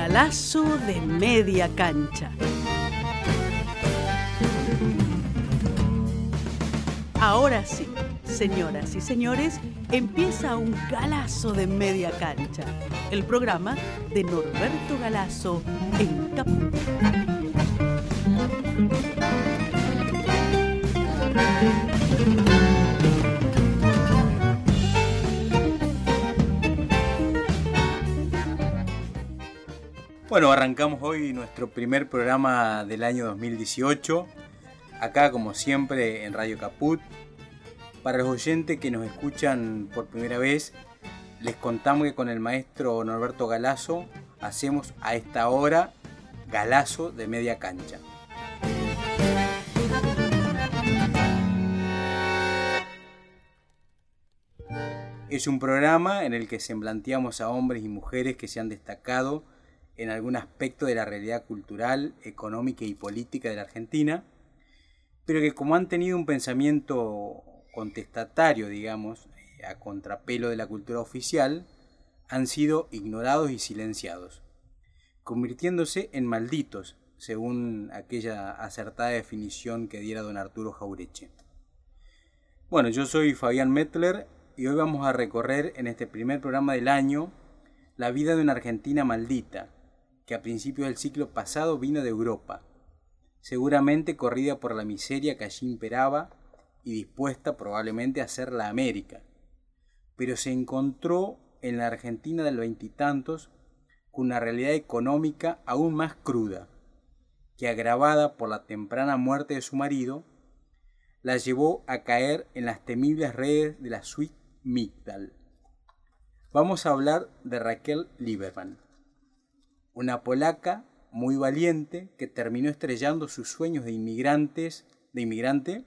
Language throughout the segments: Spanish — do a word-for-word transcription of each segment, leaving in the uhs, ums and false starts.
Galazo de media cancha. Ahora sí, señoras y señores, empieza un Galazo de media cancha, el programa de Norberto Galazo en Caput. Bueno, arrancamos hoy nuestro primer programa del año dos mil dieciocho, acá como siempre en Radio Caput. Para los oyentes que nos escuchan por primera vez, les contamos que con el maestro Norberto Galazo hacemos a esta hora Galazo de media cancha. Es un programa en el que semblanteamos a hombres y mujeres que se han destacado en algún aspecto de la realidad cultural, económica y política de la Argentina, pero que como han tenido un pensamiento contestatario, digamos, a contrapelo de la cultura oficial, han sido ignorados y silenciados, convirtiéndose en malditos, según aquella acertada definición que diera don Arturo Jaureche. Bueno, yo soy Fabián Mettler y hoy vamos a recorrer en este primer programa del año la vida de una Argentina maldita, que a principios del siglo pasado vino de Europa, seguramente corrida por la miseria que allí imperaba y dispuesta probablemente a hacer la América, pero se encontró en la Argentina del veintitantos con una realidad económica aún más cruda, que agravada por la temprana muerte de su marido, la llevó a caer en las temibles redes de la suite Migdal. Vamos a hablar de Raquel Lieberman, una polaca muy valiente que terminó estrellando sus sueños de inmigrantes, de inmigrante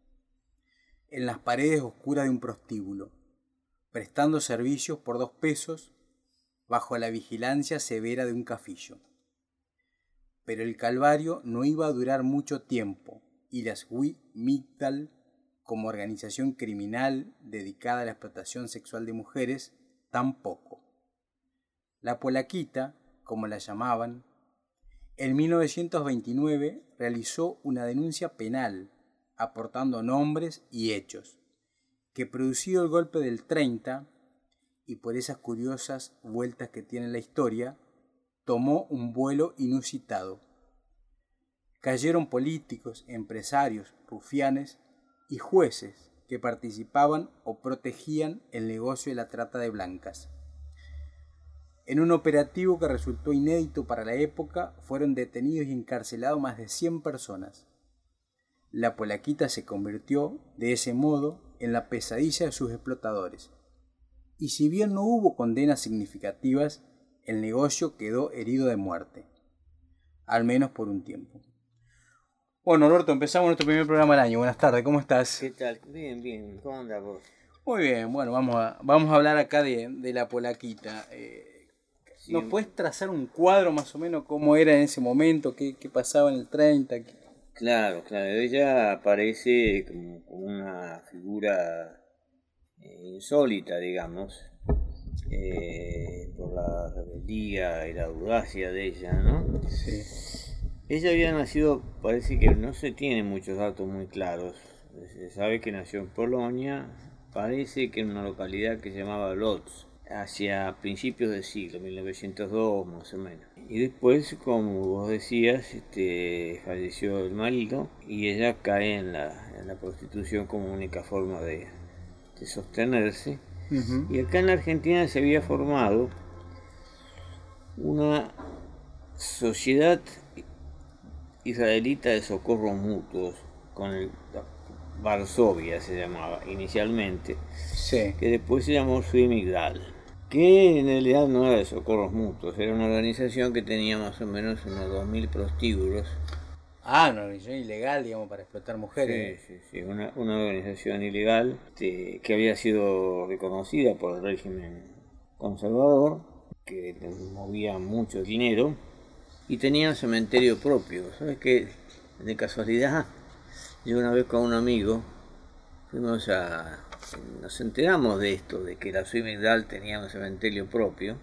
en las paredes oscuras de un prostíbulo, prestando servicios por dos pesos bajo la vigilancia severa de un cafillo. Pero el calvario no iba a durar mucho tiempo y la Suite Migdal, como organización criminal dedicada a la explotación sexual de mujeres, tampoco. La polaquita, como la llamaban, en mil novecientos veintinueve realizó una denuncia penal aportando nombres y hechos, que producido el golpe del treinta, y por esas curiosas vueltas que tiene la historia, tomó un vuelo inusitado. Cayeron políticos, empresarios, rufianes y jueces que participaban o protegían el negocio de la trata de blancas. En un operativo que resultó inédito para la época, fueron detenidos y encarcelados más de cien personas. La polaquita se convirtió, de ese modo, en la pesadilla de sus explotadores. Y si bien no hubo condenas significativas, el negocio quedó herido de muerte, al menos por un tiempo. Bueno, Norberto, empezamos nuestro primer programa del año. Buenas tardes, ¿cómo estás? ¿Qué tal? Bien, bien. ¿Cómo andas vos? Muy bien, bueno, vamos a, vamos a hablar acá de, de la polaquita. Eh, ¿Nos puedes trazar un cuadro más o menos cómo era en ese momento? ¿Qué, qué pasaba en el treinta? ¿Qué... Claro, claro. Ella aparece como, como una figura eh, insólita, digamos, eh, por la rebeldía y la audacia de ella, ¿no? Sí. Ella había nacido, parece que no se tiene muchos datos muy claros. Se sabe que nació en Polonia, parece que en una localidad que se llamaba Lodz, hacia principios del siglo, mil novecientos dos más o menos. Y después, como vos decías, este, falleció el marido y ella cae en la, en la prostitución como única forma de, de sostenerse. Uh-huh. Y acá en la Argentina se había formado una sociedad israelita de socorros mutuos, con el Varsovia se llamaba inicialmente, sí. Que después se llamó Suite Migdal, que en realidad no era de socorros mutuos, era una organización que tenía más o menos unos dos mil prostíbulos. Ah, una organización ilegal, digamos, para explotar mujeres. Sí, sí, sí, una, una organización ilegal este, que había sido reconocida por el régimen conservador, que movía mucho dinero y tenía un cementerio propio. ¿Sabes qué? De casualidad, yo una vez con un amigo fuimos a... nos enteramos de esto, de que la Suite Migdal tenía un cementerio propio,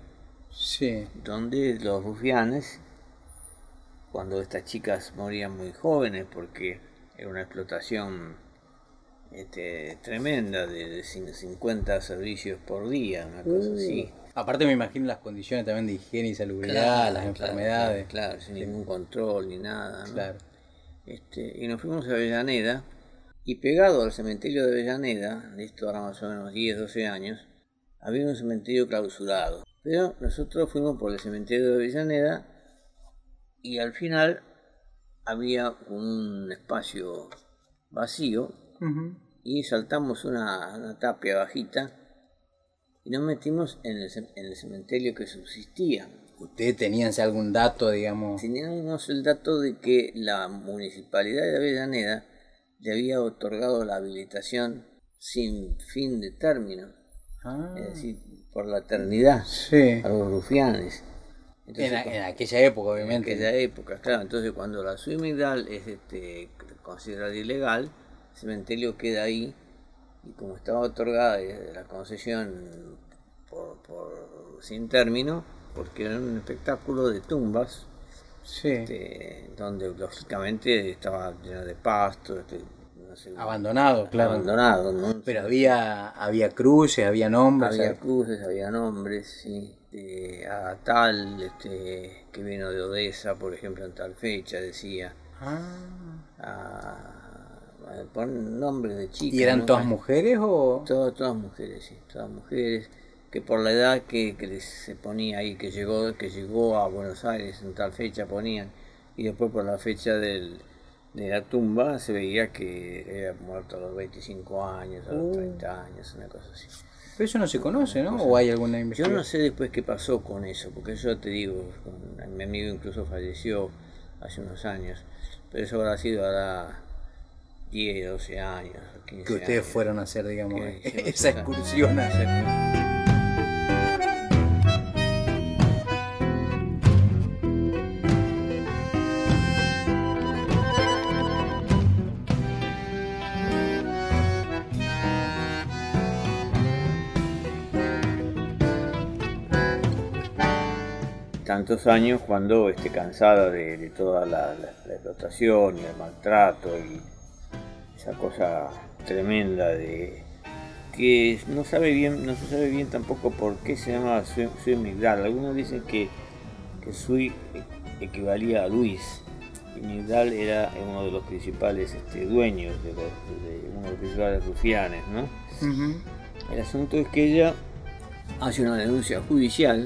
Sí. Donde los rufianes, cuando estas chicas morían muy jóvenes, porque era una explotación este, tremenda, de, de cincuenta servicios por día, una cosa uh. así. Aparte me imagino las condiciones también de higiene y salubridad, claro, las enfermedades. Claro, claro, sin sí. ningún control ni nada, ¿no? Claro. Este, y nos fuimos a Avellaneda, y pegado al cementerio de Avellaneda, de esto ahora más o menos diez, doce años, había un cementerio clausurado. Pero nosotros fuimos por el cementerio de Avellaneda y al final había un espacio vacío uh-huh. y saltamos una, una tapia bajita y nos metimos en el, en el cementerio que subsistía. ¿Ustedes tenían algún dato, digamos? Teníamos el dato de que la municipalidad de Avellaneda le había otorgado la habilitación sin fin de término, ah. es decir, por la eternidad, sí. a los rufianes. Entonces, en, en aquella época, obviamente. En aquella época, claro. Entonces, cuando la Suimigdal es este, considerada ilegal, el cementerio queda ahí, y como estaba otorgada la concesión por, por, sin término, porque era un espectáculo de tumbas, sí. este, donde lógicamente estaba lleno de pasto, este, no sé, abandonado, claro. Abandonado, ¿no? Pero había, había cruces, había nombres. Había cruces, había nombres, sí. Este, a tal este, que vino de Odessa, por ejemplo, en tal fecha, decía. Ah. A, a, pon nombres de chicas. ¿Y eran ¿no? todas mujeres o...? Todo, todas mujeres, sí, todas mujeres. Que por la edad que, que se ponía ahí, que llegó, que llegó a Buenos Aires en tal fecha ponían, y después por la fecha del, de la tumba se veía que había muerto a los veinticinco años, a los uh. treinta años, una cosa así. Pero eso no se conoce, ¿no? ¿O hay alguna investigación? Yo no sé después qué pasó con eso, porque yo te digo, con, mi amigo incluso falleció hace unos años, pero eso habrá sido ahora diez, doce años, quince que ustedes años, fueron a hacer, digamos, esa excursión a hacer. Tantos años cuando esté cansada de, de toda la, la, la explotación y el maltrato y esa cosa tremenda de que no sabe bien, no se sabe bien tampoco por qué se llama Suimigdal. Algunos dicen que, que Sui equivalía a Luis y Migdal era uno de los principales este, dueños de, los, de uno de los principales rufianes, ¿no? Uh-huh. El asunto es que ella hace una denuncia judicial.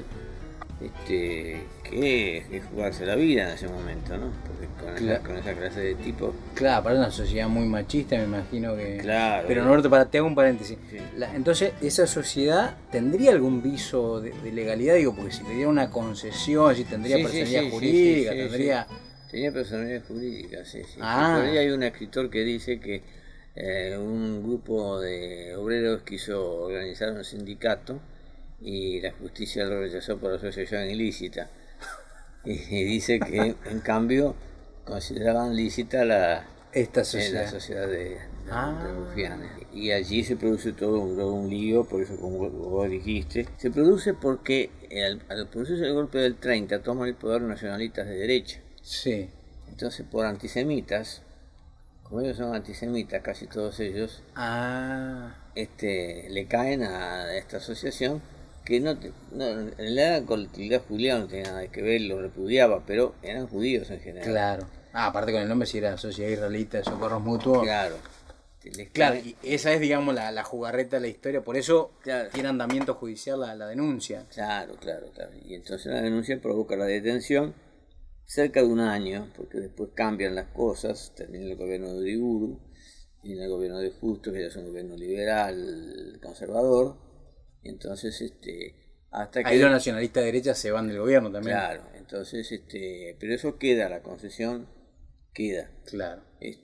Este, que es jugarse la vida en ese momento, ¿no? Porque con, claro. esa, con esa clase de tipo. Claro, para una sociedad muy machista, me imagino que. Claro. Pero Norberto, para te hago un paréntesis. Sí. La, entonces, ¿esa sociedad tendría algún viso de, de legalidad? Digo, porque si le diera una concesión, si tendría sí, personalidad sí, sí, jurídica, sí, sí, tendría. Sí. Tenía personalidad jurídica, sí, sí. Ah. Por ahí hay un escritor que dice que eh, un grupo de obreros quiso organizar un sindicato. Y la justicia lo rechazó por asociación ilícita y, y dice que en cambio consideraban lícita la, Esta sociedad. la sociedad de, de, ah. de rufianes, y allí se produce todo un, todo un lío, por eso como vos dijiste, se produce porque al, al producirse el golpe del treinta toman el poder nacionalistas de derecha, sí. Entonces por antisemitas, como ellos son antisemitas casi todos ellos, ah. este, le caen a esta asociación que no, no en la colectividad judía no tenía nada que ver, lo repudiaba, pero eran judíos en general. Claro. Ah, aparte con el nombre si era Sociedad Israelita de Socorros Mutuos. Claro. Claro, y esa es, digamos, la, la jugarreta de la historia, por eso claro. tiene andamiento judicial la, la denuncia. Claro, claro, claro. Y entonces la denuncia provoca la detención cerca de un año, porque después cambian las cosas, termina el gobierno de Uriburu, viene el gobierno de Justo, que ya es un gobierno liberal, conservador. Entonces, este, hasta que... Ahí los nacionalistas de derecha se van del gobierno también. Claro, entonces, este, pero eso queda, la concesión queda. Claro.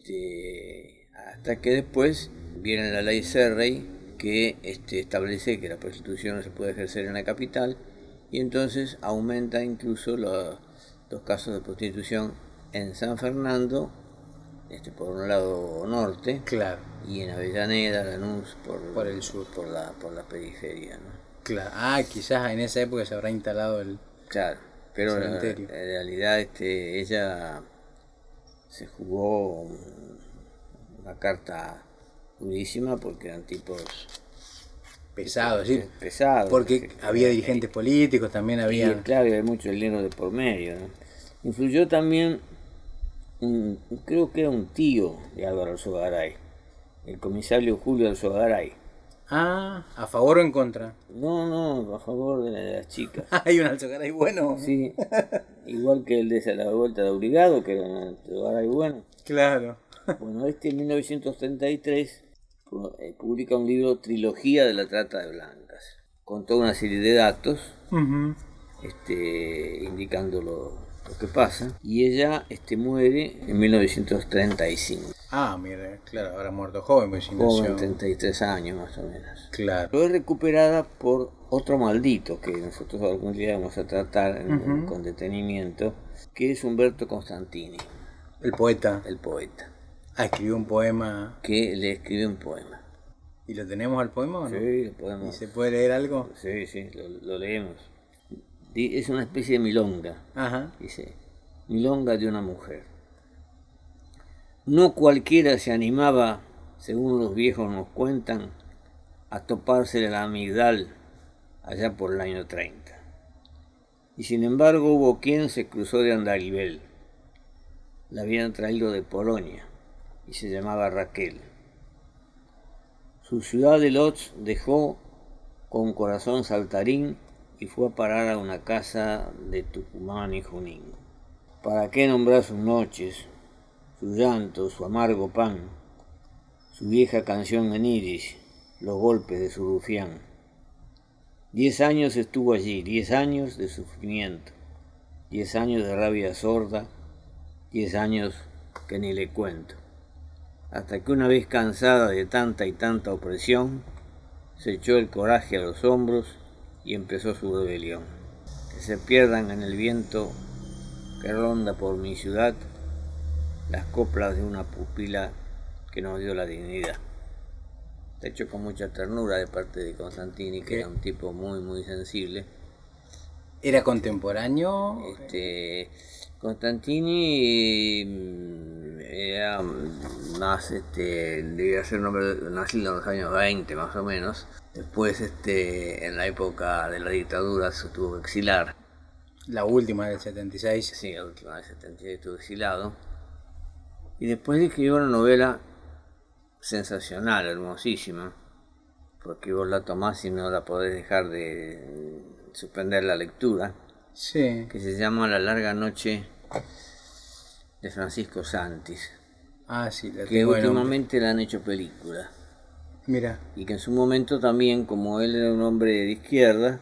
Este, hasta que después viene la ley Serrey, que este, establece que la prostitución no se puede ejercer en la capital, y entonces aumenta incluso los, los casos de prostitución en San Fernando, este, por un lado norte, claro, y en Avellaneda, Lanús, por, por el sur, por la, por la periferia, ¿no? Claro. Ah, quizás en esa época se habrá instalado el... Claro, pero la, cementerio. en realidad este, ella se jugó una carta durísima porque eran tipos Pesado, sí. pesados. Porque que, había que, dirigentes políticos, también había... Y claro, había mucho dinero de por medio, ¿no? Influyó también, un, creo que era un tío de Álvaro Alzogaray, el comisario Julio Alzogaray. Ah, ¿a favor o en contra? No, no, a favor de, la, de las chicas. Hay un Alzogaray bueno. Sí, igual que el de la Vuelta de Obligado, que era un Alzogaray bueno. Claro. Bueno, este en mil novecientos treinta y tres publica un libro, Trilogía de la Trata de Blancas, con toda una serie de datos, uh-huh. este, indicando lo, lo que pasa, y ella este, muere en mil novecientos treinta y cinco. Ah, mira, claro, habrá muerto joven, pues si Joven, nació... treinta y tres años más o menos. Claro. Pero es recuperada por otro maldito que nosotros algún día vamos a tratar en, uh-huh. con detenimiento, que es Umberto Constantini. El poeta. El poeta. Ah, escribió un poema. Que le escribió un poema. ¿Y lo tenemos al poema o no? Sí, lo podemos. ¿Y se puede leer algo? Sí, sí, lo, lo leemos. Es una especie de milonga. Ajá. Dice, milonga de una mujer. No cualquiera se animaba, según los viejos nos cuentan, a topársele la amigdal allá por el año treinta. Y sin embargo hubo quien se cruzó de andarivel. La habían traído de Polonia y se llamaba Raquel. Su ciudad de Lodz dejó con corazón saltarín y fue a parar a una casa de Tucumán y Junín. ¿Para qué nombrar sus noches, su llanto, su amargo pan, su vieja canción en iris, los golpes de su rufián? Diez años estuvo allí, diez años de sufrimiento, diez años de rabia sorda, diez años que ni le cuento. Hasta que una vez cansada de tanta y tanta opresión, se echó el coraje a los hombros y empezó su rebelión. Que se pierdan en el viento que ronda por mi ciudad las coplas de una pupila que nos dio la dignidad. Está hecho con mucha ternura de parte de Constantini, que ¿Qué? Era un tipo muy, muy sensible. ¿Era contemporáneo? Este, Constantini era más, este, debía ser un hombre nacido en los años veinte más o menos. Después, este, en la época de la dictadura, se tuvo que exilar. La última del setenta y seis. Sí, la última del setenta y seis estuvo exilado. Y después escribió una novela sensacional, hermosísima, porque vos la tomás y no la podés dejar de suspender la lectura. Sí. Que se llama La larga noche de Francisco Santis. Ah, sí, la que últimamente la han hecho película. Mira. Y que en su momento también, como él era un hombre de izquierda,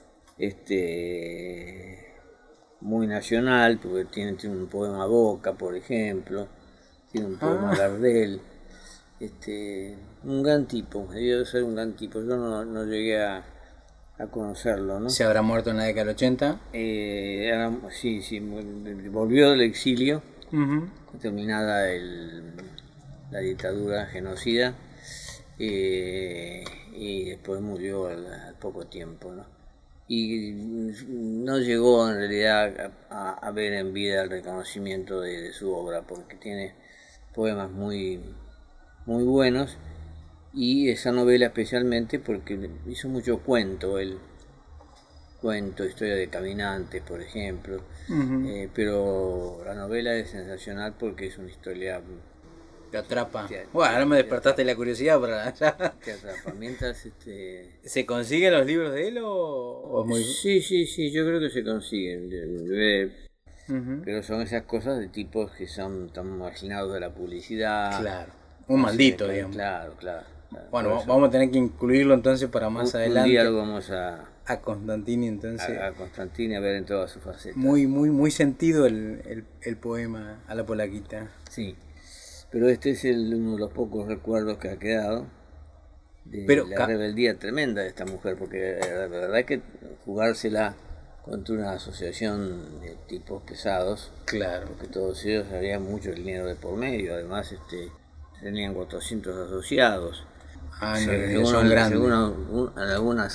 este, muy nacional, porque tiene, tiene un poema Boca, por ejemplo, tiene un poema ah. Gardel, este, un gran tipo, debió de ser un gran tipo. Yo no, no llegué a, a conocerlo, ¿no? ¿Se habrá muerto en la década del ochenta? Eh, era, sí, sí, volvió del exilio, uh-huh. terminada el, la dictadura genocida, eh, y después murió al, al poco tiempo, ¿no? Y no llegó en realidad a, a ver en vida el reconocimiento de, de su obra, porque tiene poemas muy, muy buenos, y esa novela especialmente porque hizo mucho cuento, él cuento, historia de caminantes, por ejemplo, uh-huh. eh, pero la novela es sensacional porque es una historia... Te atrapa. Te, bueno, ahora me despertaste te, la curiosidad para allá. Te atrapa. Mientras este... ¿Se consiguen los libros de él o, o es muy...? Sí, sí, sí, yo creo que se consiguen. Uh-huh. Pero son esas cosas de tipos que son tan marginados de la publicidad. Claro. Un maldito, sé, digamos. Claro, claro. claro. Bueno, vamos a tener que incluirlo entonces para más un, adelante. Un día lo vamos a... A Constantini, entonces. A, a Constantini a ver en todas sus facetas. Muy, muy, muy sentido el, el, el poema a la polaquita. Sí. Pero este es el, uno de los pocos recuerdos que ha quedado de Pero, la rebeldía tremenda de esta mujer, porque la verdad es que jugársela contra una asociación de tipos pesados, claro, porque todos ellos había mucho dinero de por medio, además este tenían cuatrocientos asociados. Ah, no, según, son grandes. Según un, en algunas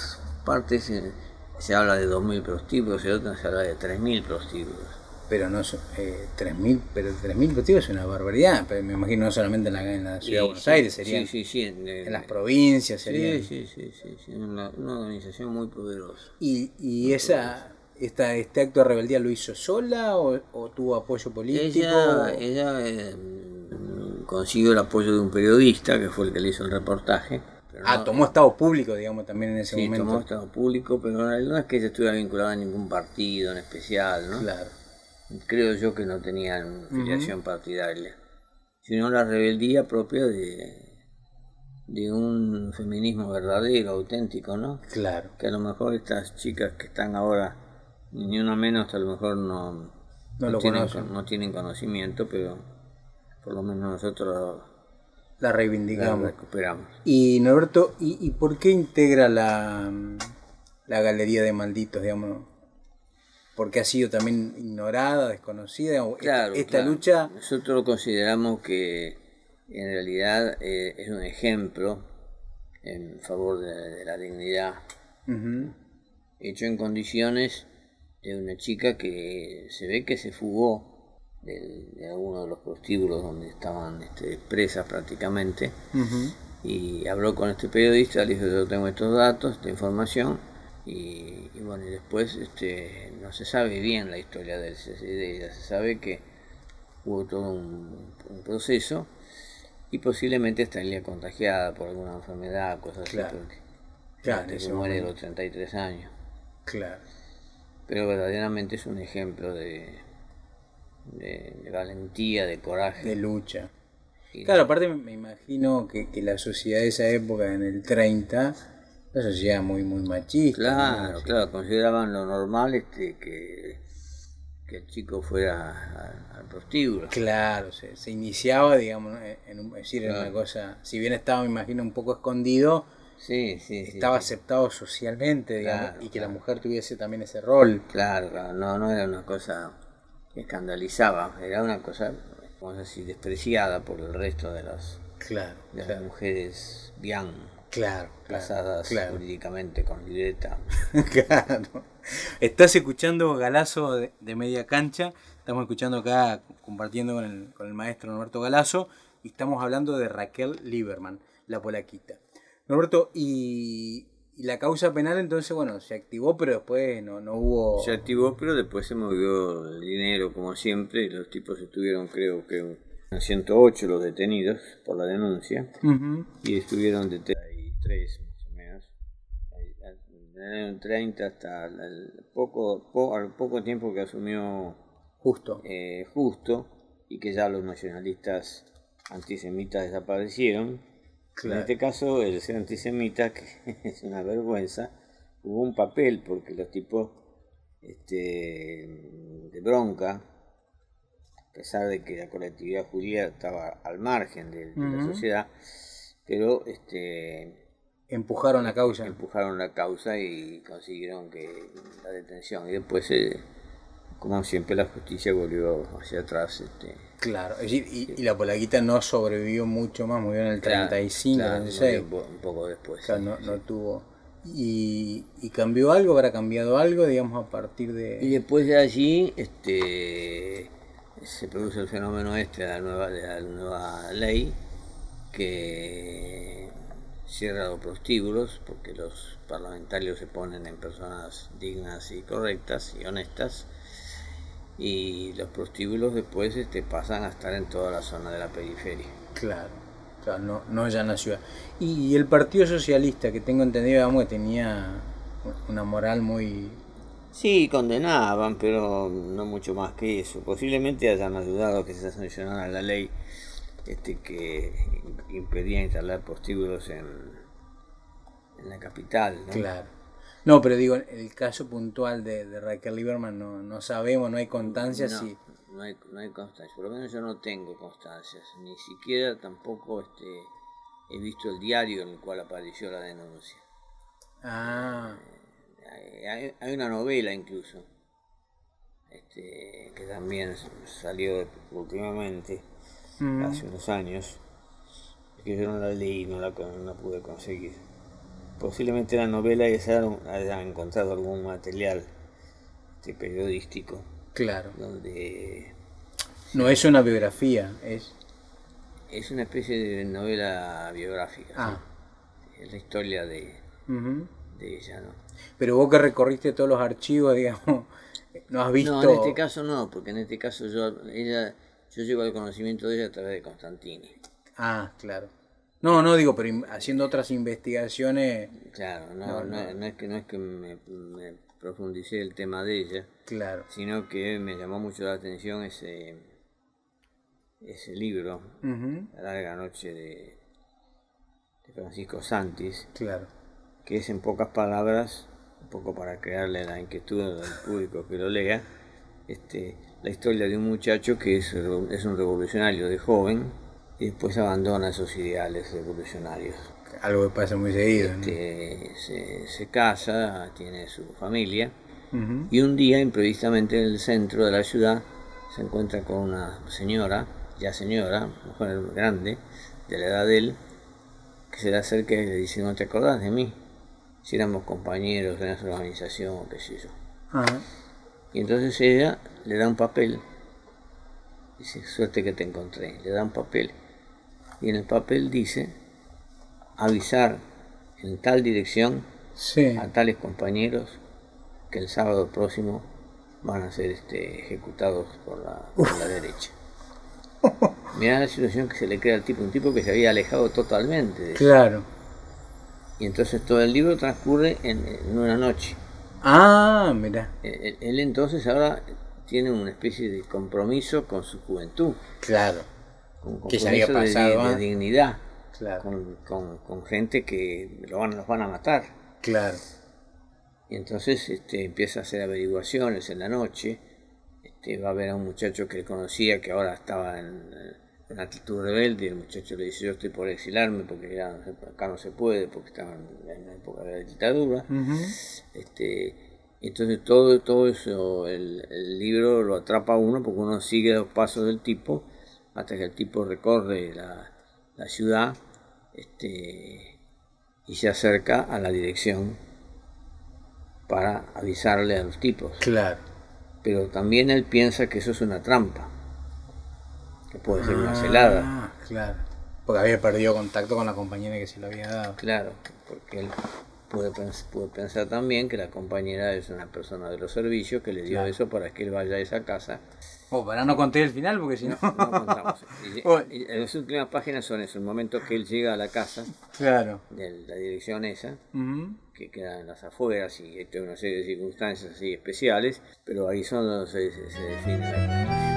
partes se, se habla de dos mil prostíbulos, en otras se habla de tres mil prostíbulos. Pero no eh, tres mil, pero tres mil prostíbulos es una barbaridad, pero me imagino no solamente en la, en la ciudad sí, de Buenos sí, Aires, serían sí, sí, sí, en, en las provincias, serían. Sí, sí, sí, sí, sí una, una organización muy poderosa. ¿Y, y muy esa poderosa. Esta, este acto de rebeldía lo hizo sola o, o tuvo apoyo político? Ella, ella eh, consiguió el apoyo de un periodista que fue el que le hizo el reportaje. Pero ah, no, tomó estado público, digamos, también en ese sí, momento. Sí, tomó estado público, pero en realidad no es que ella estuviera vinculada a ningún partido en especial, ¿no? Claro. Creo yo que no tenían filiación uh-huh. partidaria, sino la rebeldía propia de, de un feminismo verdadero, auténtico, ¿no? Claro. Que a lo mejor estas chicas que están ahora, ni una menos, a lo mejor no, no, no, lo tienen, conocen. no tienen conocimiento, pero por lo menos nosotros la reivindicamos. La recuperamos. Y Norberto, ¿y, y por qué integra la, la Galería de Malditos, digamos? Porque ha sido también ignorada, desconocida. Claro, esta claro. lucha. Nosotros consideramos que en realidad eh, es un ejemplo en favor de, de la dignidad, uh-huh. hecho en condiciones de una chica que se ve que se fugó de, de alguno de los prostíbulos donde estaban este, presas prácticamente, uh-huh. y habló con este periodista, le dijo: yo tengo estos datos, esta información. Y, y bueno, y después este, no se sabe bien la historia de, de ella, se sabe que hubo todo un, un proceso y posiblemente estaría contagiada por alguna enfermedad, cosas claro. así, porque claro, que muere a los treinta y tres años. Claro. Pero verdaderamente es un ejemplo de, de, de valentía, de coraje. De lucha. Y claro, de... aparte me imagino que, que la sociedad de esa época, en el treinta... la sociedad muy muy machista. Claro, ¿no? claro, consideraban lo normal este que, que el chico fuera al prostíbulo. Claro, se, se iniciaba, digamos, en un, es decir, claro. en una cosa, si bien estaba, me imagino, un poco escondido, sí, sí, estaba sí, aceptado socialmente, digamos, claro, y que claro. la mujer tuviese también ese rol. Claro, claro, no, no era una cosa que escandalizaba, era una cosa, vamos a decir, despreciada por el resto de las, claro, de claro. las mujeres bien claro, casadas claro. jurídicamente con libreta. Claro. Estás escuchando Galazo de, de Media Cancha, estamos escuchando acá, compartiendo con el, con el maestro Norberto Galazo, y estamos hablando de Raquel Lieberman, la polaquita. Norberto, y, y la causa penal entonces, bueno, se activó, pero después no, no hubo... Se activó, pero después se movió el dinero, como siempre, y los tipos estuvieron, creo que, en ciento ocho los detenidos por la denuncia, uh-huh. y estuvieron detenidos tres más o menos, en el treinta hasta el poco, po, al poco tiempo que asumió Justo. Eh, Justo, y que ya los nacionalistas antisemitas desaparecieron. Claro. En este caso, el ser antisemita, que es una vergüenza, jugó un papel porque los tipos este, de bronca, a pesar de que la colectividad judía estaba al margen de, de uh-huh. la sociedad, pero este empujaron la causa empujaron la causa y consiguieron que la detención, y después eh, como siempre la justicia volvió hacia atrás este claro, es decir, y, sí. y la polaquita no sobrevivió mucho más, murió en el treinta y cinco, claro, treinta y seis, un poco después, claro, sí, no, sí. no tuvo y, y cambió algo, habrá cambiado algo, digamos, a partir de y después de allí este se produce el fenómeno este de la nueva de la nueva ley que cierra los prostíbulos porque los parlamentarios se ponen en personas dignas y correctas y honestas, y los prostíbulos después este, pasan a estar en toda la zona de la periferia. Claro, claro, no, no ya en la ciudad. Y, y el Partido Socialista, que tengo entendido, digamos, que tenía una moral muy... Sí, condenaban, pero no mucho más que eso. Posiblemente hayan ayudado a que se sancionara la ley este que impedía instalar prostíbulos en, en la capital, ¿no? Claro. No, pero digo, el caso puntual de, de Raquel Lieberman no, no sabemos, no hay constancia. No, si... no, hay, no hay constancia, por lo menos yo no tengo constancias, ni siquiera tampoco este he visto el diario en el cual apareció la denuncia. Ah. Eh, hay, hay una novela incluso, este que también salió últimamente, mm. hace unos años, que yo no la leí, no la, no la pude conseguir. posiblemente la novela esa haya encontrado algún material este, periodístico. Claro. Donde no es una biografía, es... Es una especie de novela biográfica. Ah. ¿Sí? Es la historia de, uh-huh. de ella, ¿no? Pero vos que recorriste todos los archivos, digamos, ¿no has visto...? No, en este caso no, porque en este caso yo ella yo llego al conocimiento de ella a través de Constantini. Ah, claro. No, no digo, pero haciendo otras investigaciones... Claro, no, no, no, no es que no es que me, me profundicé el tema de ella, claro, sino que me llamó mucho la atención ese ese libro, uh-huh. La larga noche de, de Francisco Santis, claro, que es en pocas palabras, un poco para crearle la inquietud al público que lo lea, este, la historia de un muchacho que es, es un revolucionario de joven y después abandona esos ideales revolucionarios. Algo que pasa muy seguido, este, ¿no? se, se casa, tiene su familia, uh-huh. y un día imprevisamente en el centro de la ciudad se encuentra con una señora, ya señora, mujer grande, de la edad de él, que se le acerca y le dice: ¿no te acordás de mí? Si éramos compañeros de nuestra organización, qué sé yo. Uh-huh. Y entonces ella le da un papel, dice: suerte que te encontré. Le da un papel, y en el papel dice: avisar en tal dirección, sí, a tales compañeros que el sábado próximo van a ser este, ejecutados por la, por la derecha. Mirá la situación que se le crea al tipo, un tipo que se había alejado totalmente de eso. Claro. Y entonces todo el libro transcurre en, en una noche. Ah, mira. Él, él entonces ahora tiene una especie de compromiso con su juventud. Claro. Un que se había pasado, de, de, ¿eh? de dignidad. Claro. Con, con, con gente que lo van, los van a matar. Claro. Y entonces este, empieza a hacer averiguaciones en la noche. Este, va a ver a un muchacho que él conocía, que ahora estaba en, en actitud rebelde, y el muchacho le dice: yo estoy por exilarme porque ya acá no se puede, porque estaba en la época de la dictadura. Uh-huh. Este, entonces todo, todo eso, el, el libro lo atrapa a uno, porque uno sigue los pasos del tipo, hasta que el tipo recorre la, la ciudad, este, y se acerca a la dirección para avisarle a los tipos. Claro. Pero también él piensa que eso es una trampa, que puede ser una celada. Ah, claro. Porque había perdido contacto con la compañera que se lo había dado. Claro, porque él puede, pens- puede pensar también que la compañera es una persona de los servicios que le dio, claro, eso para que él vaya a esa casa. Oh, para no contar el final, porque si no... No, no contamos. Y, oh. y las últimas páginas son eso, el momento que él llega a la casa, claro, de la dirección esa, uh-huh, que queda en las afueras y hay una serie de circunstancias así especiales, pero ahí son donde se, se, se define la...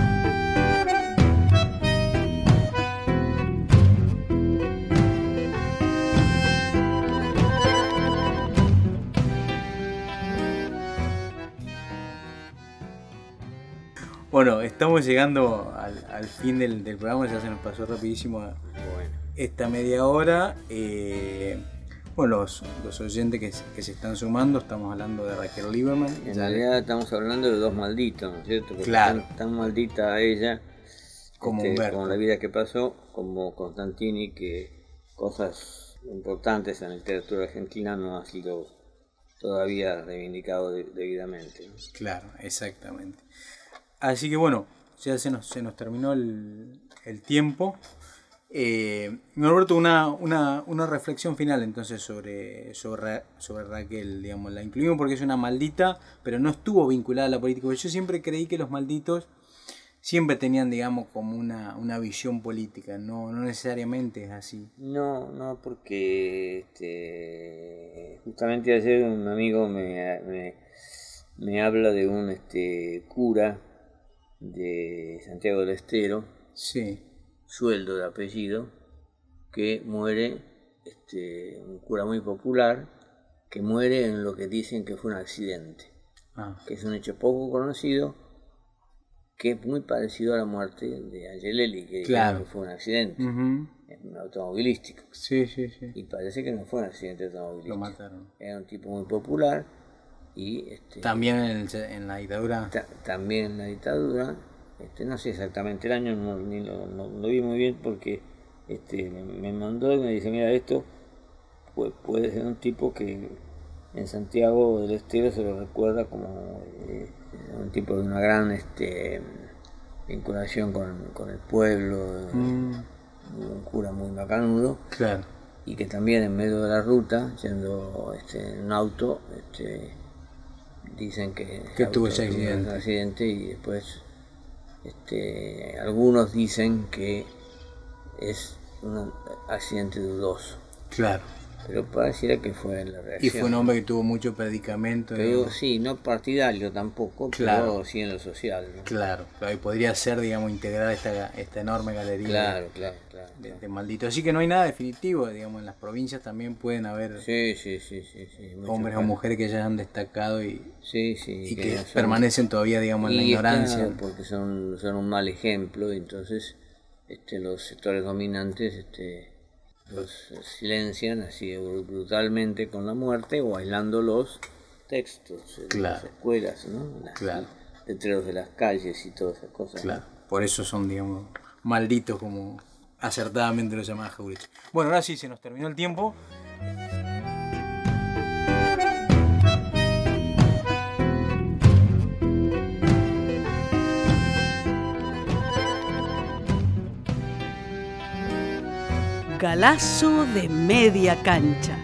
Bueno, estamos llegando al, al fin del, del programa, ya se nos pasó rapidísimo bueno. esta media hora. Eh, bueno, los, los oyentes que, que se están sumando, estamos hablando de Raquel Lieberman. En realidad estamos hablando de dos malditos, ¿no es cierto? Porque claro. Tan, tan maldita ella como este, con la vida que pasó, como Constantini, que cosas importantes en la literatura argentina no han sido todavía reivindicado de, debidamente, ¿no? Claro, exactamente. Así que bueno, ya se nos, se nos terminó el, el tiempo. Eh, Norberto, una, una, una reflexión final entonces sobre, sobre, sobre Raquel, digamos, la incluimos porque es una maldita, pero no estuvo vinculada a la política. Yo siempre creí que los malditos siempre tenían, digamos, como una, una visión política, no, no necesariamente es así. No, no, porque este, justamente ayer un amigo me, me, me habla de un este, cura de Santiago del Estero, sí, Sueldo de apellido, que muere, este, un cura muy popular, que muere en lo que dicen que fue un accidente, ah. que es un hecho poco conocido, que es muy parecido a la muerte de Angelelli, que, claro, que fue un accidente, uh-huh, un automovilístico. Sí, sí, sí. Y parece que no fue un accidente automovilístico. Lo mataron. Era un tipo muy popular. Y este, también en, el, en la dictadura. Ta, también en la dictadura. Este, no sé exactamente el año, no, ni lo, no, lo vi muy bien porque este, me, me mandó y me dice: mira, esto puede, puede ser un tipo que en Santiago del Estero se lo recuerda como eh, un tipo de una gran este, vinculación con, con el pueblo, mm. un cura muy macanudo. Claro. Y que también en medio de la ruta, yendo este, en un auto, este, dicen que, que tuvo ese accidente. accidente y después este, algunos dicen que es un accidente dudoso. Claro. Pero pareciera que fue la reacción. Y fue un hombre que tuvo mucho predicamento. Pero digamos, sí, no partidario tampoco, claro. Pero sí en lo social, ¿no? Claro, claro, y podría ser, digamos, integrar esta, esta enorme galería claro, claro, claro, de, claro. de malditos. Así que no hay nada definitivo, digamos, en las provincias también pueden haber sí, sí, sí, sí, sí, hombres o mujeres que ya han destacado y, sí, sí, y que, que son, permanecen todavía, digamos, en la ignorancia. Claro, porque son, son un mal ejemplo, y entonces este, los sectores dominantes este, los silencian así brutalmente con la muerte o aislando los textos de claro. las escuelas, ¿no? Las, claro. letreros de las calles y todas esas cosas. Claro, ¿no? Por eso son, digamos, malditos, como acertadamente lo llamaba Jauretche. Bueno, ahora sí, se nos terminó el tiempo. Galazo de media cancha.